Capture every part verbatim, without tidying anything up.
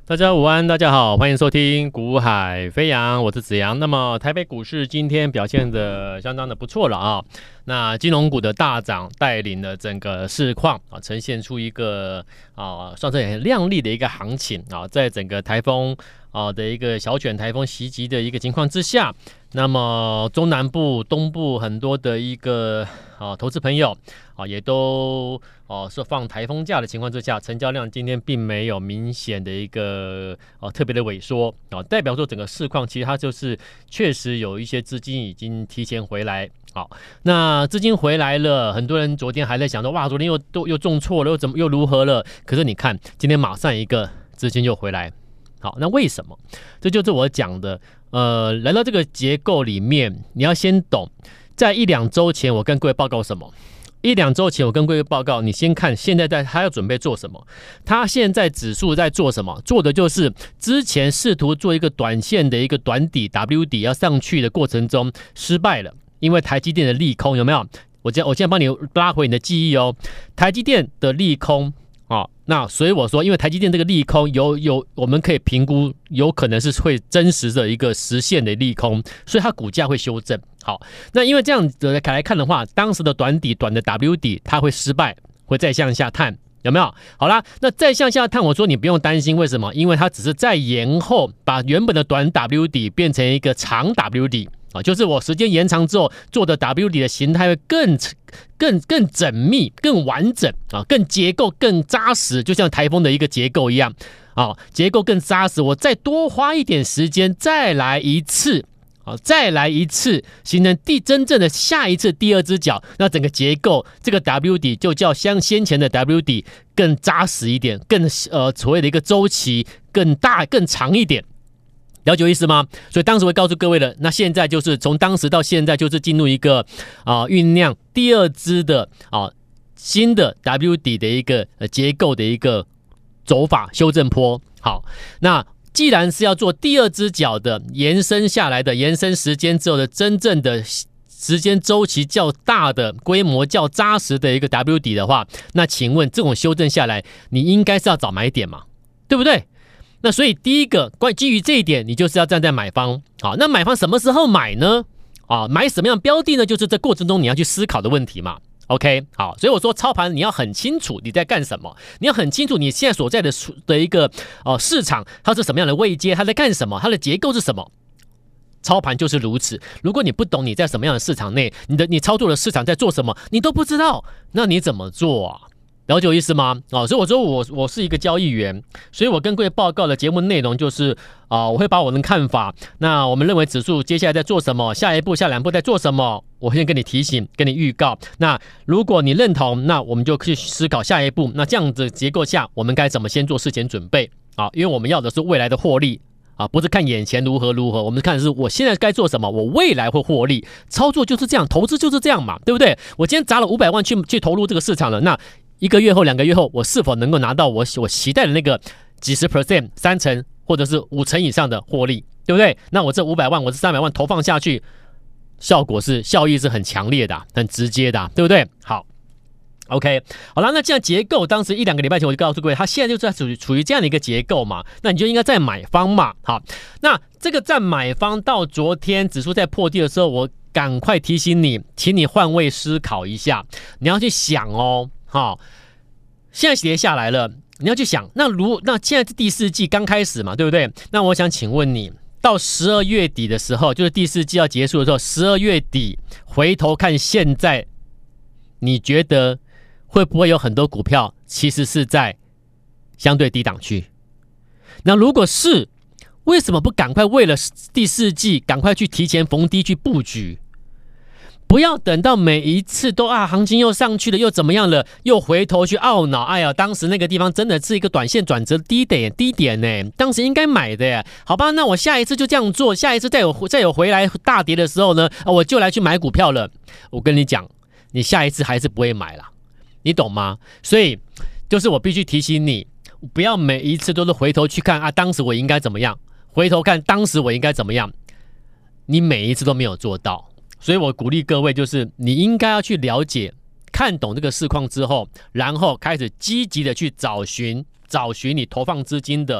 大家午安，大家好，欢迎收听股海飞扬，我是子阳。那么台北股市今天表现的相当的不错了啊，那金融股的大涨带领了整个市况啊，呈现出一个啊算是很亮丽的一个行情啊，在整个台风啊的一个小卷台风袭击的一个情况之下，那么中南部、东部很多的一个啊投资朋友啊也都哦是放台风假的情况之下，成交量今天并没有明显的一个哦特别的萎缩啊，代表说整个市况其实它就是确实有一些资金已经提前回来。好，那资金回来了，很多人昨天还在想说，哇，昨天又都又重挫了，又怎么又如何了？可是你看，今天马上一个资金又回来。好，那为什么？这就是我讲的，呃，来到这个结构里面，你要先懂，在一两周前我跟各位报告什么？一两周前我跟各位报告，你先看现在在他要准备做什么？他现在指数在做什么？做的就是之前试图做一个短线的一个短底 W 底要上去的过程中失败了，因为台积电的利空有没有？我现我现在帮你拉回你的记忆哦，台积电的利空。哦，那所以我说，因为台积电这个利空有有，我们可以评估有可能是会真实的一个实现的利空，所以它股价会修正。好，那因为这样子来看的话，当时的短底短的 W 底它会失败，会再向下探，有没有？好啦，那再向下探，我说你不用担心，为什么？因为它只是再延后，把原本的短 W 底变成一个长 W 底。啊，就是我时间延长之后做的 W 底的形态会更更更缜密、更完整啊，更结构更扎实，就像台风的一个结构一样啊，结构更扎实。我再多花一点时间，再来一次啊，再来一次，形成第真正的下一次第二只脚，那整个结构这个 W 底就叫像先前的 W 底更扎实一点，更呃所谓的一个周期更大、更长一点。了解意思吗？所以当时会告诉各位的，那现在就是从当时到现在，就是进入一个啊酝酿第二支的啊新的 W 底的一个呃结构的一个走法修正波。好，那既然是要做第二只脚的延伸下来的延伸时间之后的真正的时间周期较大的规模较扎实的一个 W 底的话，那请问这种修正下来，你应该是要找买点嘛，对不对？那所以第一个，关于基于这一点，你就是要站在买方。好，那买方什么时候买呢？啊，买什么样的标的呢？就是这过程中你要去思考的问题嘛。OK， 好，所以我说操盘你要很清楚你在干什么，你要很清楚你现在所在的的一个呃市场它是什么样的位阶，它在干什么，它的结构是什么。操盘就是如此。如果你不懂你在什么样的市场内，你的你操作的市场在做什么，你都不知道，那你怎么做啊？了解我意思吗？哦，所以我说我我是一个交易员，所以我跟各位报告的节目内容就是啊、呃，我会把我的看法，那我们认为指数接下来在做什么，下一步、下两步在做什么，我会先跟你提醒，跟你预告。那如果你认同，那我们就去思考下一步。那这样子结构下，我们该怎么先做事前准备啊？因为我们要的是未来的获利啊，不是看眼前如何如何，我们看的是我现在该做什么，我未来会获利。操作就是这样，投资就是这样嘛，对不对？我今天砸了五百万去去投入这个市场了，那一个月后、两个月后，我是否能够拿到我我期待的那个几十 percent、三成或者是五成以上的获利，对不对？那我这五百万，我这三百万投放下去，效果是效益是很强烈的、很直接的，对不对？好 ，OK， 好了，那这样结构，当时一两个礼拜前我就告诉各位，它现在就是在处于处于这样的一个结构嘛，那你就应该在买方嘛。好，那这个在买方到昨天指数在破底的时候，我赶快提醒你，请你换位思考一下，你要去想哦。好，现在跌下来了，你要去想，那如那现在是第四季刚开始嘛，对不对？那我想请问你，到十二月底的时候，就是第四季要结束的时候，十二月底回头看现在，你觉得会不会有很多股票其实是在相对低档区？那如果是，为什么不赶快为了第四季赶快去提前逢低去布局？不要等到每一次都啊，行情又上去了，又怎么样了，又回头去懊恼。哎呀，当时那个地方真的是一个短线转折低点，低点呢，当时应该买的耶。好吧，那我下一次就这样做，下一次再有再有回来大跌的时候呢，我就来去买股票了。我跟你讲，你下一次还是不会买了，你懂吗？所以就是我必须提醒你，不要每一次都是回头去看啊，当时我应该怎么样，回头看当时我应该怎么样，你每一次都没有做到。所以我鼓励各位，就是你应该要去了解、看懂这个市况之后，然后开始积极的去找寻、找寻你投放资金的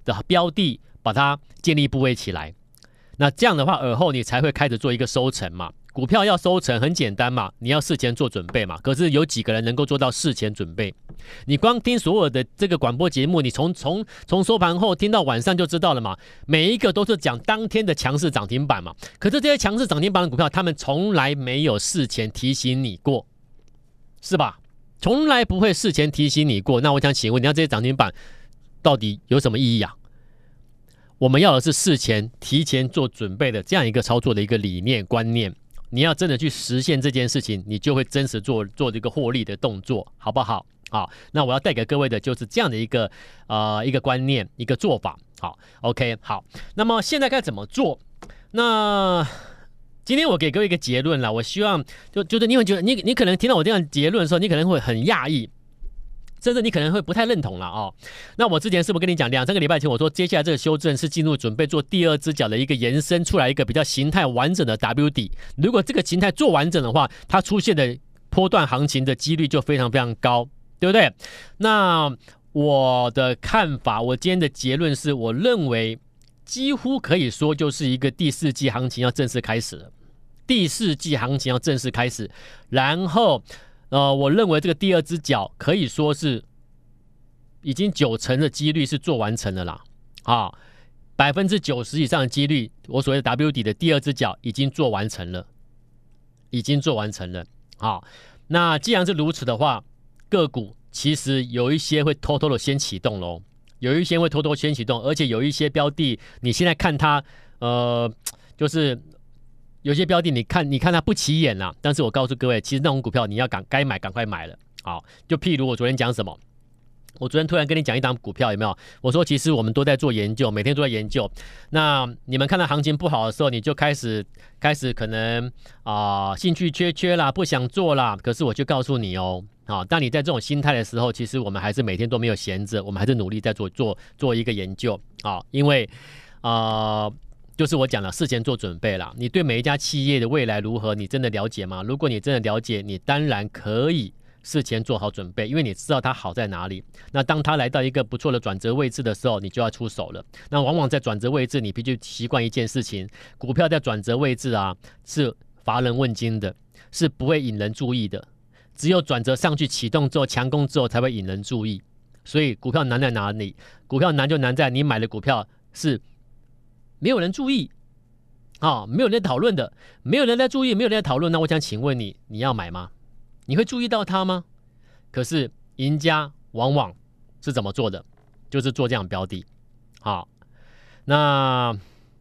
的标的把它建立部位起来。那这样的话，尔后你才会开始做一个收成嘛。股票要收成很简单嘛，你要事前做准备嘛。可是有几个人能够做到事前准备？你光听所有的这个广播节目，你从从从收盘后听到晚上就知道了嘛。每一个都是讲当天的强势涨停板嘛。可是这些强势涨停板的股票，他们从来没有事前提醒你过，是吧？从来不会事前提醒你过。那我想请问，你要这些涨停板到底有什么意义啊？我们要的是事前提前做准备的这样一个操作的一个理念观念。你要真的去实现这件事情，你就会真实做做这个获利的动作，好不好？好，那我要带给各位的就是这样的一个呃一个观念，一个做法。好 ，OK， 好。那么现在该怎么做？那今天我给各位一个结论啦，我希望就就是你会觉得你你可能听到我这样结论的时候，你可能会很讶异。甚至你可能会不太认同了哦。那我之前是不是跟你讲，两三个礼拜前我说，接下来这个修正是进入准备做第二只脚的一个延伸出来一个比较形态完整的 W 底。如果这个形态做完整的话，它出现的波段行情的几率就非常非常高，对不对？那我的看法，我今天的结论是，我认为几乎可以说就是一个第四季行情要正式开始了。第四季行情要正式开始，然后。呃，我认为这个第二只脚可以说是已经九成的几率是做完成了啦，啊，百分之九十以上的几率，我所谓的 W 底的第二只脚已经做完成了，已经做完成了。好，那既然是如此的话，个股其实有一些会偷偷的先启动咯，有一些会偷偷先启动，而且有一些标的，你现在看它，呃，就是。有些标的你看你看它不起眼啦，但是我告诉各位，其实那种股票你要赶该买赶快买了。好，就譬如我昨天讲什么，我昨天突然跟你讲一档股票有没有？我说其实我们都在做研究，每天都在研究。那你们看到行情不好的时候，你就开始开始可能啊、呃、兴趣缺缺啦，不想做啦。可是我就告诉你哦，啊，当你在这种心态的时候，其实我们还是每天都没有闲着，我们还是努力在做做做一个研究啊，因为啊。呃就是我讲了，事前做准备啦。你对每一家企业的未来如何，你真的了解吗？如果你真的了解，你当然可以事前做好准备，因为你知道它好在哪里。那当它来到一个不错的转折位置的时候，你就要出手了。那往往在转折位置，你必须习惯一件事情：股票在转折位置啊，是乏人问津的，是不会引人注意的。只有转折上去启动之后，强攻之后才会引人注意。所以股票难在哪里？股票难就难在你买的股票是。没有人注意啊，没有人在讨论的，没有人在注意，没有人在讨论。那我想请问你，你要买吗？你会注意到它吗？可是赢家往往是怎么做的？就是做这样的标的。好，那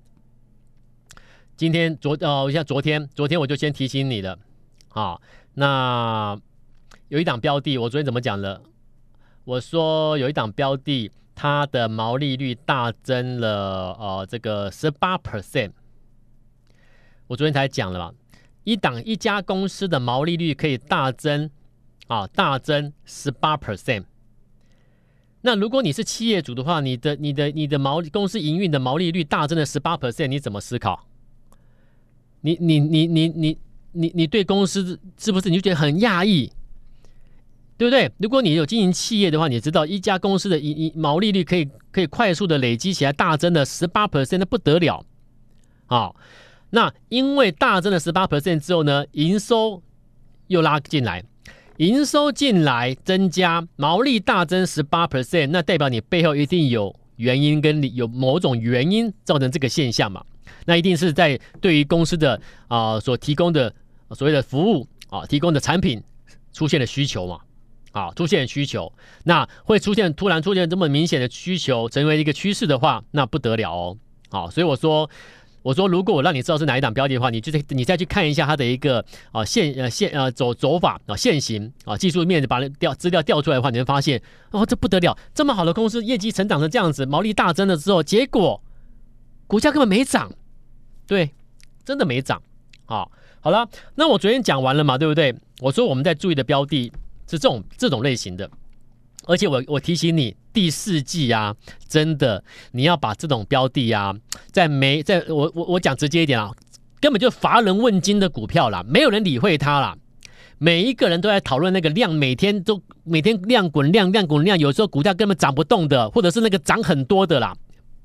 今天昨呃，像昨天，昨天我就先提醒你了。好，那有一档标的，我昨天怎么讲了？我说有一档标的。它的毛利率大增了，呃，这个 百分之十八。我昨天才讲了嘛，一档一家公司的毛利率可以大增，啊，大增 百分之十八。那如果你是企业主的话，你的、你的、你的毛公司营运的毛利率大增了 百分之十八， 你怎么思考？你、你、你、你、你、你、你对公司是不是你就觉得很讶异？对不对？如果你有经营企业的话，你知道一家公司的毛利率可以可以快速的累积起来，大增了 百分之十八， 那不得了。好，那因为大增了 百分之十八 之后呢，营收又拉进来，营收进来增加，毛利大增 百分之十八， 那代表你背后一定有原因跟有某种原因造成这个现象嘛？那一定是在对于公司的啊、呃、所提供的所谓的服务啊提供的产品出现了需求嘛？啊，出现需求，那会出现突然出现这么明显的需求，成为一个趋势的话，那不得了哦。好，所以我说，我说如果我让你知道是哪一档标的的话，你就你再去看一下它的一个啊线呃线呃走走法啊线型啊技术面把调资料调出来的话，你会发现哦这不得了，这么好的公司业绩成长成这样子，毛利大增了之后，结果股价根本没涨，对，真的没涨。好，好了，那我昨天讲完了嘛，对不对？我说我们在注意的标的。是这种这种类型的，而且我我提醒你，第四季啊，真的你要把这种标的啊，在没在我我我讲直接一点啊，根本就乏人问津的股票啦，没有人理会它啦，每一个人都在讨论那个量，每天都每天量滚量量滚量，有时候股价根本涨不动的，或者是那个涨很多的啦，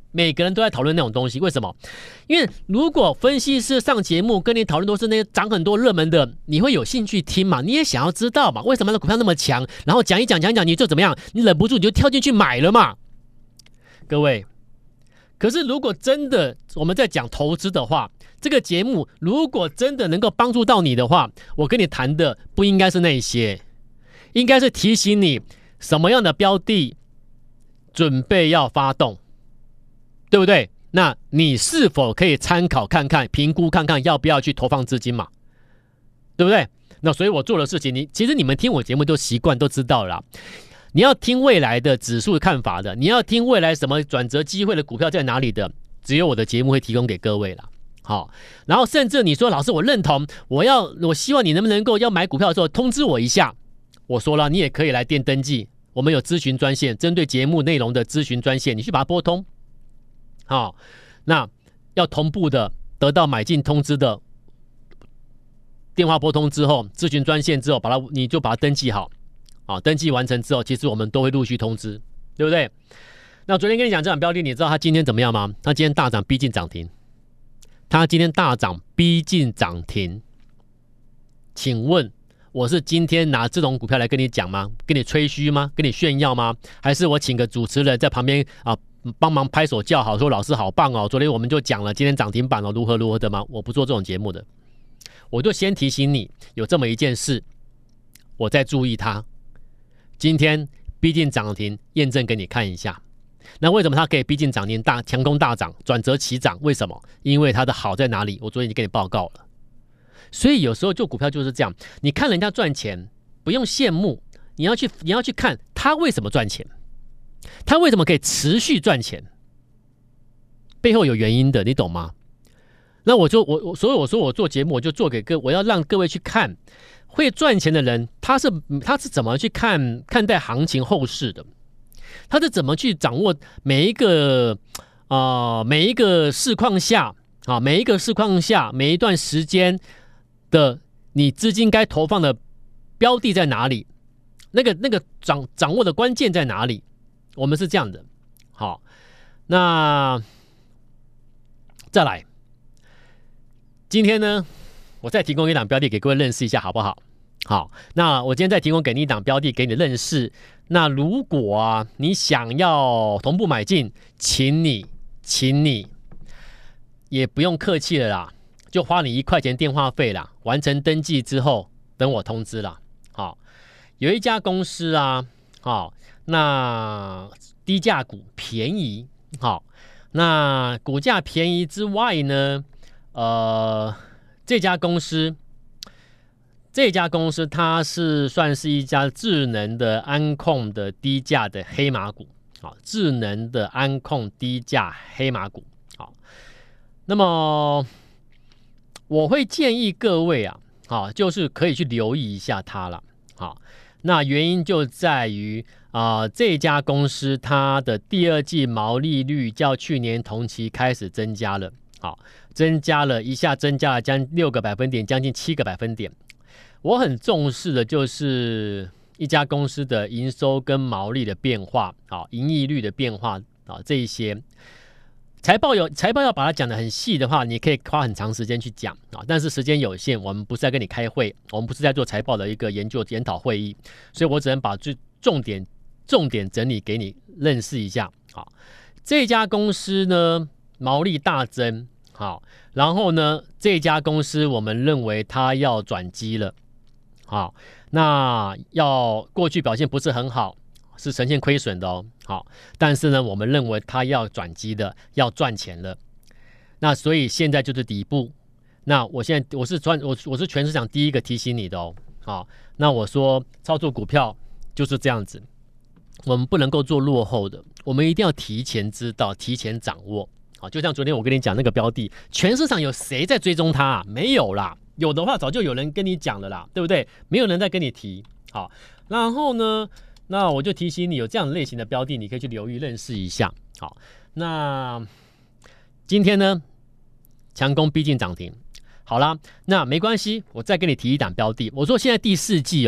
每个人都在讨论那种东西，为什么？因为如果分析师上节目跟你讨论都是那些涨很多热门的，你会有兴趣听嘛？你也想要知道嘛？为什么那股票那么强？然后讲一讲讲一讲，你就怎么样？你忍不住你就跳进去买了嘛？各位，可是如果真的我们在讲投资的话，这个节目如果真的能够帮助到你的话，我跟你谈的不应该是那些，应该是提醒你什么样的标的准备要发动。对不对？那你是否可以参考看看、评估看看要不要去投放资金嘛？对不对？那所以我做的事情，你其实你们听我节目都习惯都知道了啦。你要听未来的指数看法的，你要听未来什么转折机会的股票在哪里的，只有我的节目会提供给各位啦。好，然后甚至你说老师我认同，我要我希望你能不能够要买股票的时候通知我一下。我说了，你也可以来电登记，我们有咨询专线，针对节目内容的咨询专线，你去把它拨通。好，那要同步的得到买进通知的电话拨通之后，咨询专线之后，把它你就把它登记好，啊，登记完成之后，其实我们都会陆续通知，对不对？那昨天跟你讲这档标的，你知道它今天怎么样吗？它今天大涨逼近涨停，它今天大涨逼近涨停，请问我是今天拿这种股票来跟你讲吗？跟你吹嘘吗？跟你炫耀吗？还是我请个主持人在旁边啊？帮忙拍手叫好，说老师好棒哦！昨天我们就讲了今天涨停板哦，如何如何的吗？我不做这种节目的，我就先提醒你有这么一件事，我再注意它。今天逼近涨停，验证给你看一下。那为什么它可以逼近涨停大强攻大涨，转折起涨？为什么？因为它的好在哪里？我昨天已经给你报告了。所以有时候做股票就是这样，你看人家赚钱，不用羡慕，你要去你要去看他为什么赚钱。他为什么可以持续赚钱？背后有原因的，你懂吗？那我就我我所以我说我做节目，我就做给各我要让各位去看会赚钱的人，他是他是怎么去看看待行情后市的？他是怎么去掌握每一个啊、呃、每一个市况下啊每一个市况下每一段时间的你资金该投放的标的在哪里？那个那个掌掌握的关键在哪里？我们是这样的，好，那再来，今天呢，我再提供一档标的给各位认识一下，好不好？好，那我今天再提供给你一档标的给你认识。那如果啊，你想要同步买进，请你，请你也不用客气了啦，就花你一块钱电话费啦，完成登记之后，等我通知啦。好，有一家公司啊，好。那低价股便宜，好，那股价便宜之外呢，呃，这家公司，这家公司它是算是一家智能的安控的低价的黑马股，好，智能的安控低价黑马股，好，那么我会建议各位啊，好，就是可以去留意一下它了，好，那原因就在于。啊、呃，这家公司它的第二季毛利率较去年同期开始增加了，好，增加了一下，增加了将六个百分点，将近七个百分点。我很重视的就是一家公司的营收跟毛利的变化，好，盈利率的变化啊，这一些财报有财报要把它讲得很细的话，你可以花很长时间去讲啊，但是时间有限，我们不是在跟你开会，我们不是在做财报的一个研究研讨会议，所以我只能把最重点。重点整理给你认识一下，好，这家公司呢毛利大增，好，然后呢这家公司我们认为它要转机了，好，那要过去表现不是很好，是呈现亏损的哦，好，但是呢我们认为它要转机的，要赚钱了，那所以现在就是底部，那我现在我是专我我是全市场第一个提醒你的哦，好，那我说操作股票就是这样子。我们不能够做落后的，我们一定要提前知道，提前掌握。好，就像昨天我跟你讲那个标的，全市场有谁在追踪它啊？没有啦，有的话早就有人跟你讲了啦，对不对？没有人在跟你提。好，然后呢，那我就提醒你，有这样类型的标的，你可以去留意认识一下。好，那今天呢，强攻逼近涨停。好啦，那没关系，我再跟你提一档标的。我说现在第四季哦，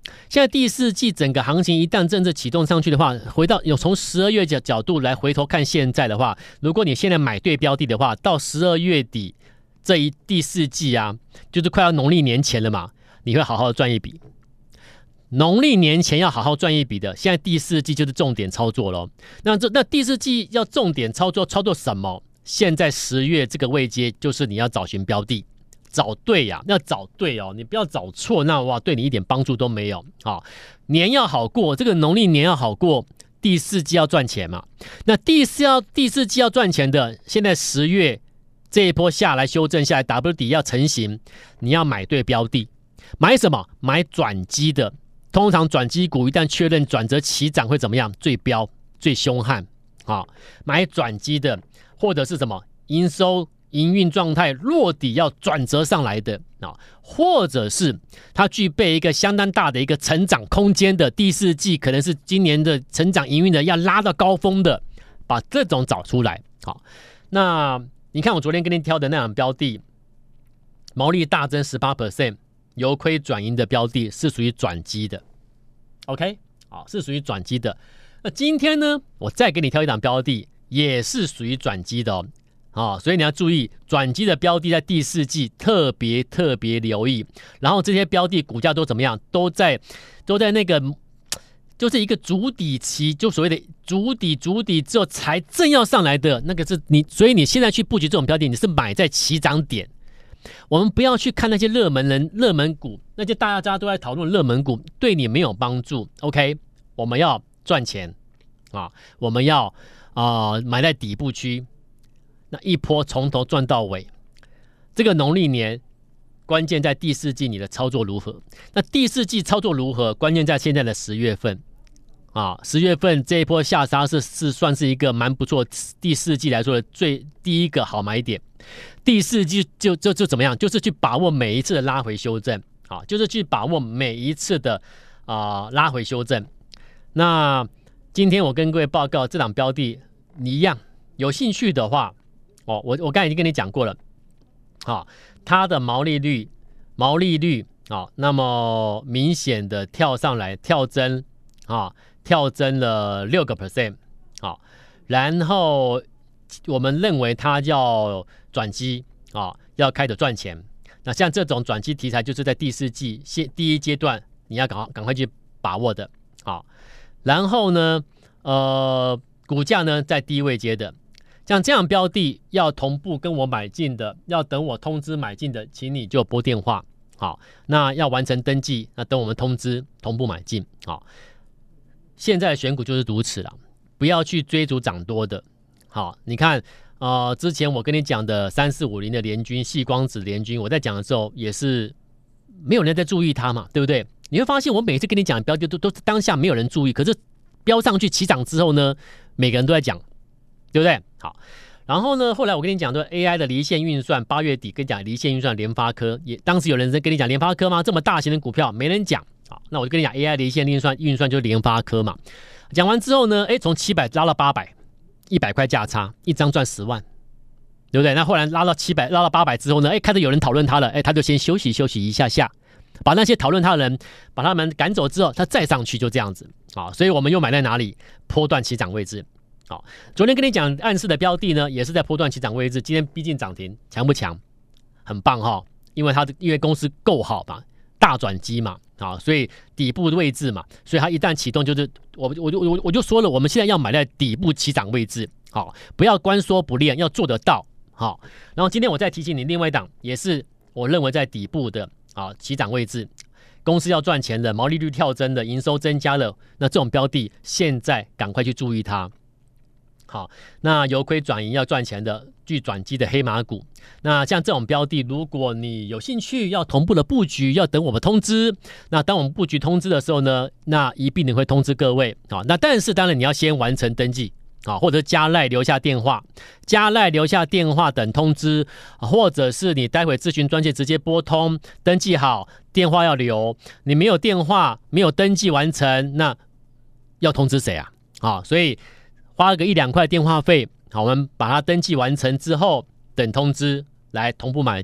现在第四季整个行情一旦政策启动上去的话，回到有从十二月角角度来回头看现在的话，如果你现在买对标的的话，到十二月底这一第四季啊，就是快要农历年前了嘛，你会好好的赚一笔。农历年前要好好赚一笔的，现在第四季就是重点操作咯。那这那第四季要重点操作，操作什么？现在十月这个位阶，就是你要找寻标的，找对呀、啊，要找对哦，你不要找错，那哇，对你一点帮助都没有。好、哦，年要好过，这个农历年要好过，第四季要赚钱嘛。那第四要第四季要赚钱的，现在十月这一波下来修正下来 ，W 底要成型，你要买对标的，买什么？买转机的。通常转机股一旦确认转折起涨会怎么样？最标最凶悍啊、哦！买转机的，或者是什么营收营运状态落底要转折上来的啊、哦，或者是它具备一个相当大的一个成长空间的第四季，可能是今年的成长营运的要拉到高峰的，把这种找出来。好、哦，那你看我昨天跟你挑的那档标的，毛利大增 百分之十八。由亏转盈的标的是属于转机的 ，OK， 好，是属于转机的。那今天呢，我再给你挑一档标的，也是属于转机的哦。哦，所以你要注意，转机的标的在第四季特别特别留意。然后这些标的股价都怎么样？都在都在那个，就是一个筑底期，就所谓的筑底筑底之后才正要上来的那个是你，所以你现在去布局这种标的，你是买在起涨点。我们不要去看那些热门人、热门股，那些大家都在讨论热门股，对你没有帮助。OK， 我们要赚钱啊，我们要啊、呃、买在底部区，那一波从头赚到尾。这个农历年关键在第四季你的操作如何？那第四季操作如何？关键在现在的十月份啊，十月份这一波下杀是是算是一个蛮不错，第四季来说的最第一个好买点。第四季就就就怎么样？就是去把握每一次的拉回修正，啊，就是去把握每一次的啊、呃、拉回修正。那今天我跟各位报告，这档标的你一样有兴趣的话，哦，我我刚才已经跟你讲过了，啊，它的毛利率毛利率啊，那么明显的跳上来，跳增啊，跳增了六个 percent， 好，然后我们认为它要转机啊，要开始赚钱。那像这种转机题材，就是在第四季现第一阶段，你要赶赶快去把握的。好，然后呢，呃，股价呢在低位接的，像这样标的要同步跟我买进的，要等我通知买进的，请你就拨电话。好，那要完成登记，那等我们通知同步买进。好，现在的选股就是如此了，不要去追逐涨多的。好，你看。呃，之前我跟你讲的三四五零的联军、矽光子联军，我在讲的时候也是没有人在注意它嘛，对不对？你会发现我每次跟你讲的标的都都是当下没有人注意，可是标上去起涨之后呢，每个人都在讲，对不对？好，然后呢，后来我跟你讲的 A I 的离线运算，八月底跟你讲离线运算，联发科也当时有人在跟你讲联发科吗？这么大型的股票没人讲，好，那我就跟你讲 A I 离线运算，运算就是联发科嘛。讲完之后呢，哎，从七百拉到八百。一百块价差，一张赚十万，对不对？那后来拉到七百，拉到八百之后呢？哎，开始有人讨论他了，哎，他就先休息休息一下下，把那些讨论他的人，把他们赶走之后，他再上去就这样子啊。所以我们又买在哪里？波段起涨位置。好，昨天跟你讲暗示的标的呢，也是在波段起涨位置，今天逼近涨停，强不强？很棒哈、哦，因为它的因为公司够好嘛，大转机嘛。啊，所以底部的位置嘛，所以它一旦启动，就是我我就我我就说了，我们现在要买在底部起涨位置，好，不要光说不练，要做得到，好。然后今天我再提醒你，另外一档也是我认为在底部的啊起涨位置，公司要赚钱的，毛利率跳增的，营收增加了，那这种标的现在赶快去注意它。好，那由亏转盈要赚钱的具转机的黑马股，那像这种标的，如果你有兴趣要同步的布局，要等我们通知。那当我们布局通知的时候呢，那一并会通知各位。好，那但是当然你要先完成登记啊，或者加赖留下电话，加赖留下电话等通知，或者是你待会咨询专线直接拨通，登记好，电话要留。你没有电话，没有登记完成，那要通知谁啊？啊，所以。花个一两块电话费，好，我们把它登记完成之后，等通知来同步买进，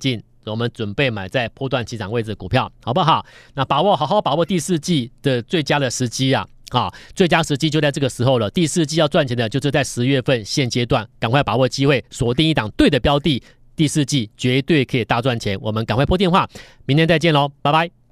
我们准备买在波段起涨位置的股票，好不好？那把握好好把握第四季的最佳的时机啊！好，最佳时机就在这个时候了。第四季要赚钱的，就是在十月份现阶段，赶快把握机会，锁定一档对的标的，第四季绝对可以大赚钱。我们赶快拨电话，明天再见喽，拜拜。